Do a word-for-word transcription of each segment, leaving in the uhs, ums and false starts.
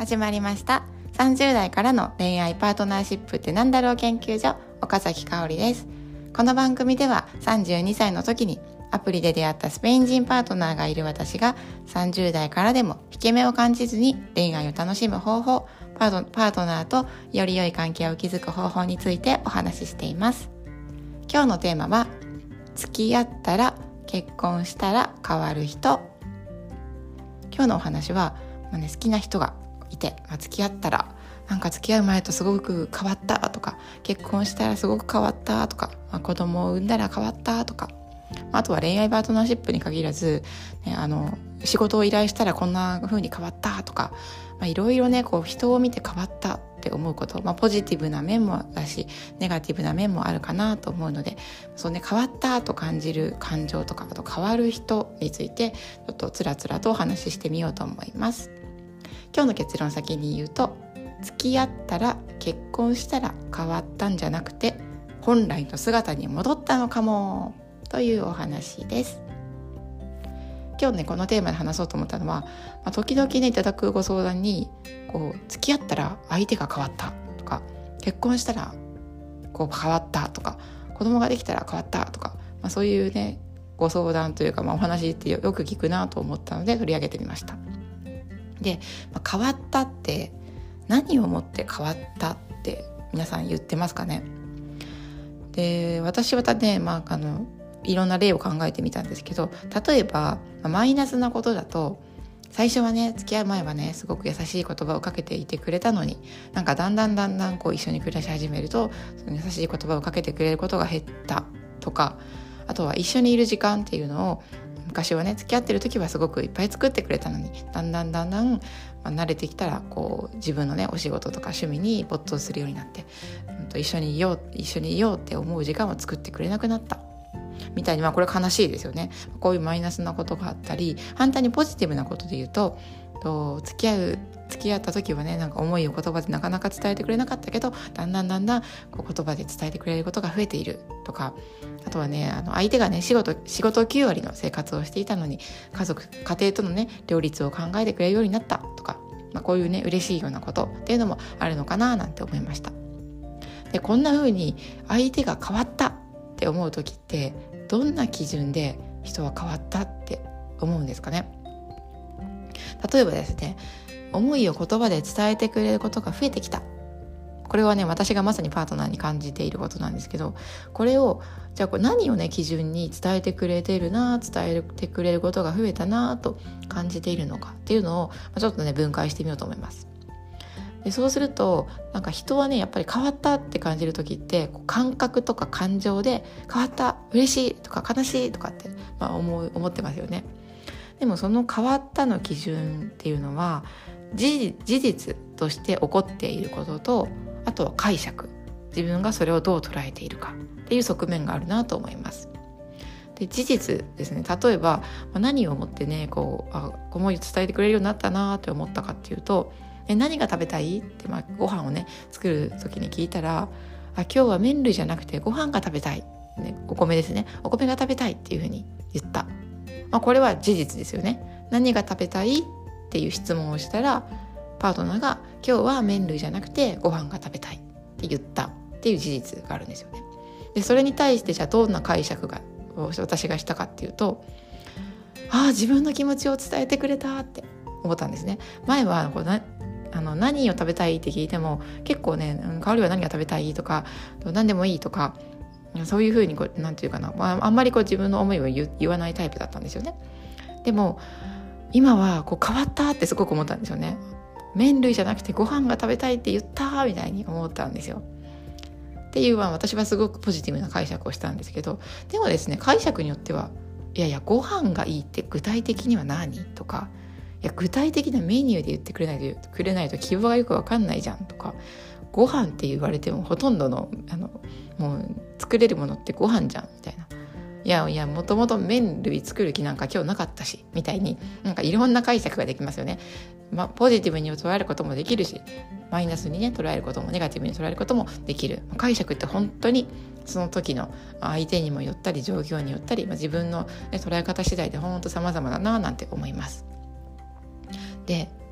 始まりましたさんじゅう代からの恋愛パートナーシップってなんだろう研究所、岡崎香織です。この番組ではさんじゅうにさいの時にアプリで出会ったスペイン人パートナーがいる私がさんじゅう代からでも引け目を感じずに恋愛を楽しむ方法、パート、パートナーとより良い関係を築く方法についてお話ししています。今日のテーマは付き合ったら結婚したら変わる人。今日のお話は、まあね、好きな人がいて、まあ、付き合ったらなんか付き合う前とすごく変わったとか、結婚したらすごく変わったとか、まあ、子供を産んだら変わったとか、あとは恋愛パートナーシップに限らず、ね、あの仕事を依頼したらこんな風に変わったとか、まあ、いろいろねこう人を見て変わったって思うこと、まあ、ポジティブな面もだしネガティブな面もあるかなと思うので、そうね、変わったと感じる感情とか、あと変わる人についてちょっとつらつらとお話ししてみようと思います。今日の結論先に言うと、付き合ったら結婚したら変わったんじゃなくて本来の姿に戻ったのかもというお話です。今日ねこのテーマで話そうと思ったのは、まあ、時々ねいただくご相談にこう付き合ったら相手が変わったとか、結婚したらこう変わったとか、子供ができたら変わったとか、まあ、そういうねご相談というか、まあ、お話ってよく聞くなと思ったので取り上げてみました。で、まあ、変わったって何をもって変わったって皆さん言ってますかね。で、私はね、まあ、あのいろんな例を考えてみたんですけど、例えば、まあ、マイナスなことだと、最初はね付き合う前はねすごく優しい言葉をかけていてくれたのに、なんかだんだんだんだんこう一緒に暮らし始めるとその優しい言葉をかけてくれることが減ったとか、あとは一緒にいる時間っていうのを昔はね付き合ってる時はすごくいっぱい作ってくれたのに、だんだんだんだん、まあ、慣れてきたらこう自分のねお仕事とか趣味に没頭するようになって、うん、と一緒にいよう一緒にいようって思う時間を作ってくれなくなったみたいに、まあこれ悲しいですよね。こういうマイナスなことがあったり、反対にポジティブなことで言うと、と付き合う付き合った時はねなんか思いを言葉でなかなか伝えてくれなかったけど、だんだんだんだんこう言葉で伝えてくれることが増えているとか、あとはねあの相手がね仕事仕事きゅう割の生活をしていたのに家族家庭とのね両立を考えてくれるようになったとか、まあ、こういうね嬉しいようなことっていうのもあるのかななんて思いました。で、こんな風に相手が変わったって思う時ってどんな基準で人は変わったって思うんですかね。例えばですね、思いを言葉で伝えてくれることが増えてきた。これはね私がまさにパートナーに感じていることなんですけど、これをじゃあこれ何をね基準に伝えてくれているな、伝えてくれることが増えたなと感じているのかっていうのをちょっとね分解してみようと思います。で、そうするとなんか人はねやっぱり変わったって感じる時って感覚とか感情で変わった、嬉しいとか悲しいとかって、まあ、思う思ってますよね。でもその変わったの基準っていうのは事実として起こっていることと、あとは解釈、自分がそれをどう捉えているかっていう側面があるなと思います。で、事実ですね。例えば何をもってねこうあ思いを伝えてくれるようになったなって思ったかっていうと、え何が食べたいって、まあ、ご飯をね作る時に聞いたら、あ今日は麺類じゃなくてご飯が食べたい、ね、お米ですね、お米が食べたいっていうふうに言った、まあ、これは事実ですよね。何が食べたいっていう質問をしたらパートナーが今日は麺類じゃなくてご飯が食べたいって言ったっていう事実があるんですよね。で、それに対してじゃあどんな解釈が私がしたかっていうと、ああ自分の気持ちを伝えてくれたって思ったんですね。前はこうなあの何を食べたいって聞いても結構ね、香織は何が食べたいとか何でもいいとか、そういうふうにこうなんていうかな、まあ、あんまりこう自分の思いを 言, 言わないタイプだったんですよね。でも今はこう変わったってすごく思ったんですよね。麺類じゃなくてご飯が食べたいって言ったみたいに思ったんですよ。っていうは私はすごくポジティブな解釈をしたんですけど、でもですね解釈によってはいやいやご飯がいいって具体的には何とか、いや具体的なメニューで言ってくれないとくれないと希望がよく分かんないじゃんとか、ご飯って言われてもほとんどのあのもう作れるものってご飯じゃんみたいな、いやいやもともと麺類作る気なんか今日なかったしみたいに、なんかいろんな解釈ができますよね。まあ、ポジティブに捉えることもできるし、マイナスにね捉えることもネガティブに捉えることもできる。解釈って本当にその時の相手にもよったり状況によったり、まあ、自分の、ね、捉え方次第で本当様々だななんて思います。で、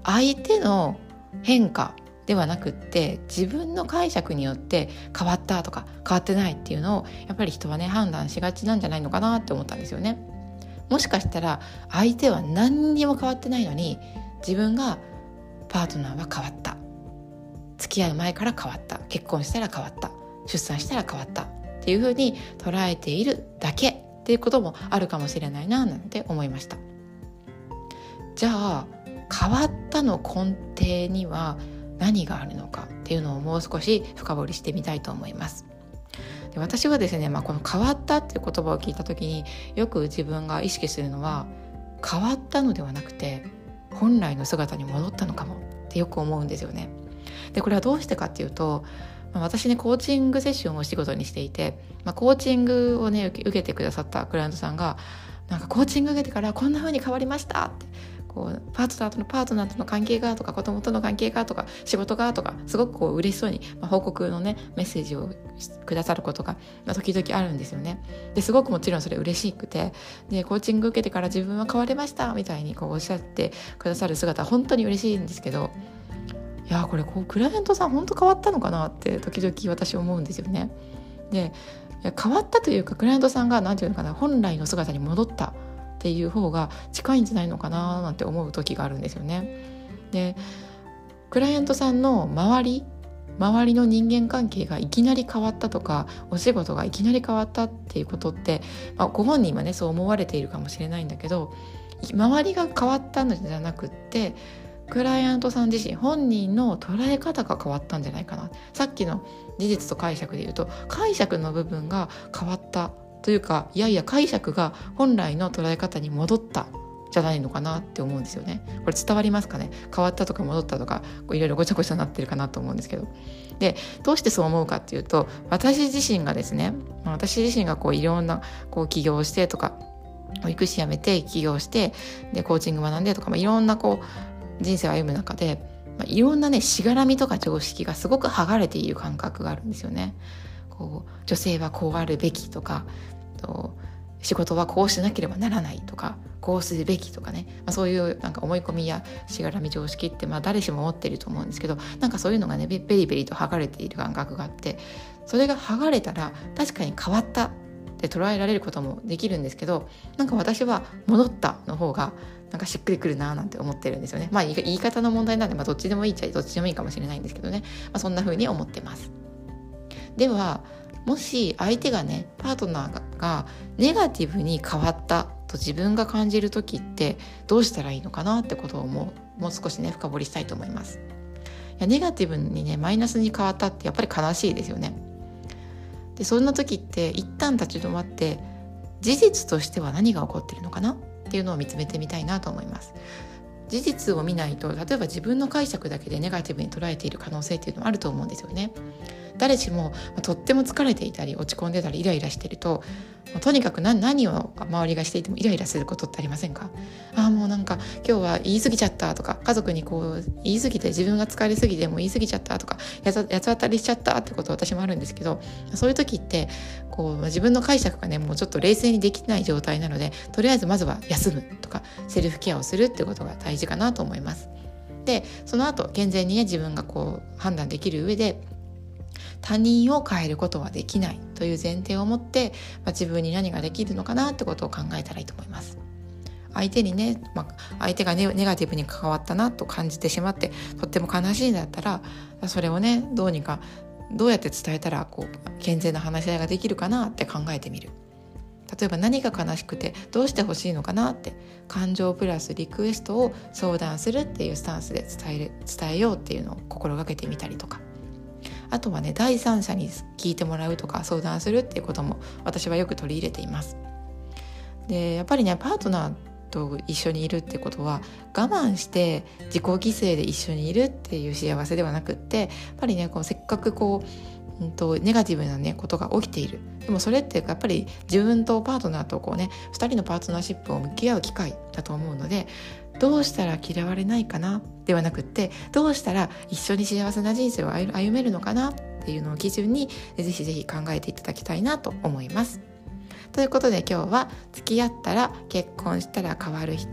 相手の変化ではなくって自分の解釈によって変わったとか変わってないっていうのをやっぱり人はね判断しがちなんじゃないのかなって思ったんですよね。もしかしたら相手は何にも変わってないのに自分がパートナーは変わった、付き合う前から変わった、結婚したら変わった、出産したら変わったっていうふうに捉えているだけっていうこともあるかもしれないななんて思いました。じゃあ変わったの根底には何があるのかっていうのをもう少し深掘りしてみたいと思います。で私はですね、まあ、この変わったっていう言葉を聞いた時によく自分が意識するのは、変わったのではなくて本来の姿に戻ったのかもってよく思うんですよね。でこれはどうしてかっていうと、まあ、私ねコーチングセッションを仕事にしていて、まあ、コーチングをね受け、受けてくださったクライアントさんが、なんかコーチング受けてからこんな風に変わりましたって、こうパートナーとのパートナーとの関係がとか子供との関係がとか仕事がとかすごくこう嬉しそうに、まあ、報告のねメッセージをくださることが、まあ、時々あるんですよね。ですごくもちろんそれ嬉しくて、でコーチング受けてから自分は変わりましたみたいにこうおっしゃってくださる姿は本当に嬉しいんですけど、いやこれこうクライアントさん本当変わったのかなって時々私思うんですよね。でいや変わったというかクライアントさんがなんていうのかな、本来の姿に戻ったっていう方が近いんじゃないのかななんて思う時があるんですよね。でクライアントさんの周り周りの人間関係がいきなり変わったとかお仕事がいきなり変わったっていうことって、まあ、ご本人はねそう思われているかもしれないんだけど、周りが変わったのじゃなくってクライアントさん自身本人の捉え方が変わったんじゃないかな。さっきの事実と解釈で言うと解釈の部分が変わったというか、いやいや解釈が本来の捉え方に戻ったじゃないのかなって思うんですよね。これ伝わりますかね。変わったとか戻ったとかいろいろごちゃごちゃになってるかなと思うんですけど、でどうしてそう思うかっていうと、私自身がですね私自身がこういろんなこう起業してとか保育士辞めて起業してでコーチング学んでとか、まあ、いろんなこう人生を歩む中で、まあ、いろんなねしがらみとか常識がすごく剥がれている感覚があるんですよね。こう女性はこうあるべきとか、と仕事はこうしなければならないとか、こうするべきとかね、まあ、そういうなんか思い込みやしがらみ常識ってまあ誰しも持っていると思うんですけど、なんかそういうのがねベリベリと剥がれている感覚があって、それが剥がれたら確かに変わったって捉えられることもできるんですけど、なんか私は戻ったの方がなんかしっくりくるななんて思ってるんですよね。まあ言い方の問題なんで、まあ、どっちでもいいっちゃどっちでもいいかもしれないんですけどね、まあ、そんな風に思ってます。ではもし相手がねパートナーがネガティブに変わったと自分が感じる時ってどうしたらいいのかなってことをもう、もう少しね深掘りしたいと思います。いやネガティブにねマイナスに変わったってやっぱり悲しいですよね。でそんな時って一旦立ち止まって事実としては何が起こっているのかなっていうのを見つめてみたいなと思います。事実を見ないと、例えば自分の解釈だけでネガティブに捉えている可能性っていうのもあると思うんですよね。誰しもとっても疲れていたり落ち込んでたりイライラしていると、とにかく 何, 何を周りがしていてもイライラすることってありませんか？ああもうなんか今日は言い過ぎちゃったとか、家族にこう言い過ぎて自分が疲れすぎてもう言い過ぎちゃったとか、やつ当たりしちゃったってこと私もあるんですけど、そういう時ってこう自分の解釈がねもうちょっと冷静にできない状態なので、とりあえずまずは休むとかセルフケアをするってことが大事かなと思います。でその後健全にね自分がこう判断できる上で、他人を変えることはできないという前提を持って、まあ、自分に何ができるのかなってことを考えたらいいと思います。相手にね、まあ、相手が ネ, ネガティブに関わったなと感じてしまってとっても悲しいんだったら、それをねどうにかどうやって伝えたらこう健全な話し合いができるかなって考えてみる。例えば何が悲しくてどうしてほしいのかなって、感情プラスリクエストを相談するっていうスタンスで伝える、伝えようっていうのを心がけてみたりとか、あとはね第三者に聞いてもらうとか相談するっていうことも私はよく取り入れています。でやっぱりねパートナーと一緒にいるってことは我慢して自己犠牲で一緒にいるっていう幸せではなくって、やっぱりねこうせっかくこう、うん、とネガティブなねことが起きている、でもそれってやっぱり自分とパートナーとこうねふたりのパートナーシップを向き合う機会だと思うので、どうしたら嫌われないかなではなくって、どうしたら一緒に幸せな人生を歩めるのかなっていうのを基準にぜひぜひ考えていただきたいなと思います。ということで今日は付き合ったら結婚したら変わる人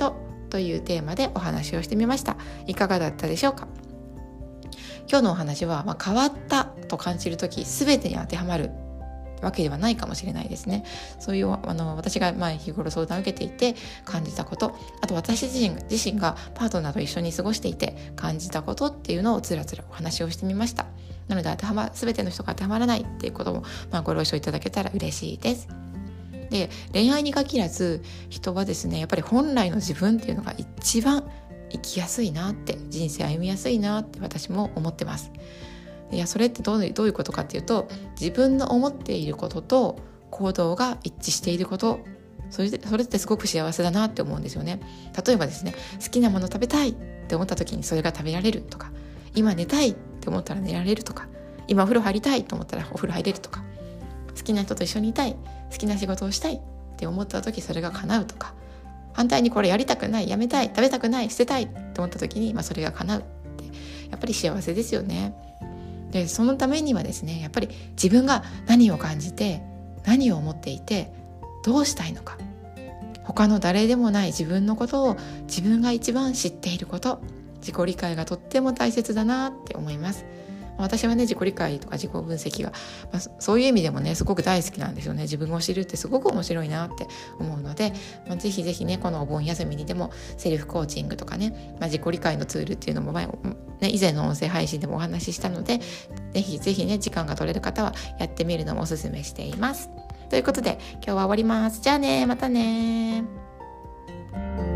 というテーマでお話をしてみました。いかがだったでしょうか。今日のお話は、まあ、変わったと感じるとき全てに当てはまるわけではないかもしれないですね。そういうあの私がまあ日頃相談を受けていて感じたこと、あと私自身自身がパートナーと一緒に過ごしていて感じたことっていうのをつらつらお話をしてみました。なので当てはま全ての人が当てはまらないっていうことも、まあ、ご了承いただけたら嬉しいです。で、恋愛に限らず人はですね、やっぱり本来の自分っていうのが一番生きやすいなって、人生歩みやすいなって私も思ってます。いや、それってどういう、どういうことかっていうと、自分の思っていることと行動が一致していること、それで、それってすごく幸せだなって思うんですよね。例えばですね、好きなもの食べたいって思った時にそれが食べられるとか、今寝たいって思ったら寝られるとか、今お風呂入りたいと思ったらお風呂入れるとか、好きな人と一緒にいたい、好きな仕事をしたいって思った時それが叶うとか、反対にこれやりたくない、やめたい、食べたくない、捨てたいって思った時に、まあ、それが叶うってやっぱり幸せですよね。で、そのためにはですね、やっぱり自分が何を感じて何を思っていてどうしたいのか、他の誰でもない自分のことを自分が一番知っていること、自己理解がとっても大切だなって思います。私はね、自己理解とか自己分析が、まあ、そういう意味でもねすごく大好きなんですよね。自分を知るってすごく面白いなって思うので、まあ、ぜひぜひね、このお盆休みにでもセルフコーチングとかね、まあ、自己理解のツールっていうのも前、ね、以前の音声配信でもお話ししたので、ぜひぜひね、時間が取れる方はやってみるのもおすすめしています。ということで今日は終わります。じゃあね、またね。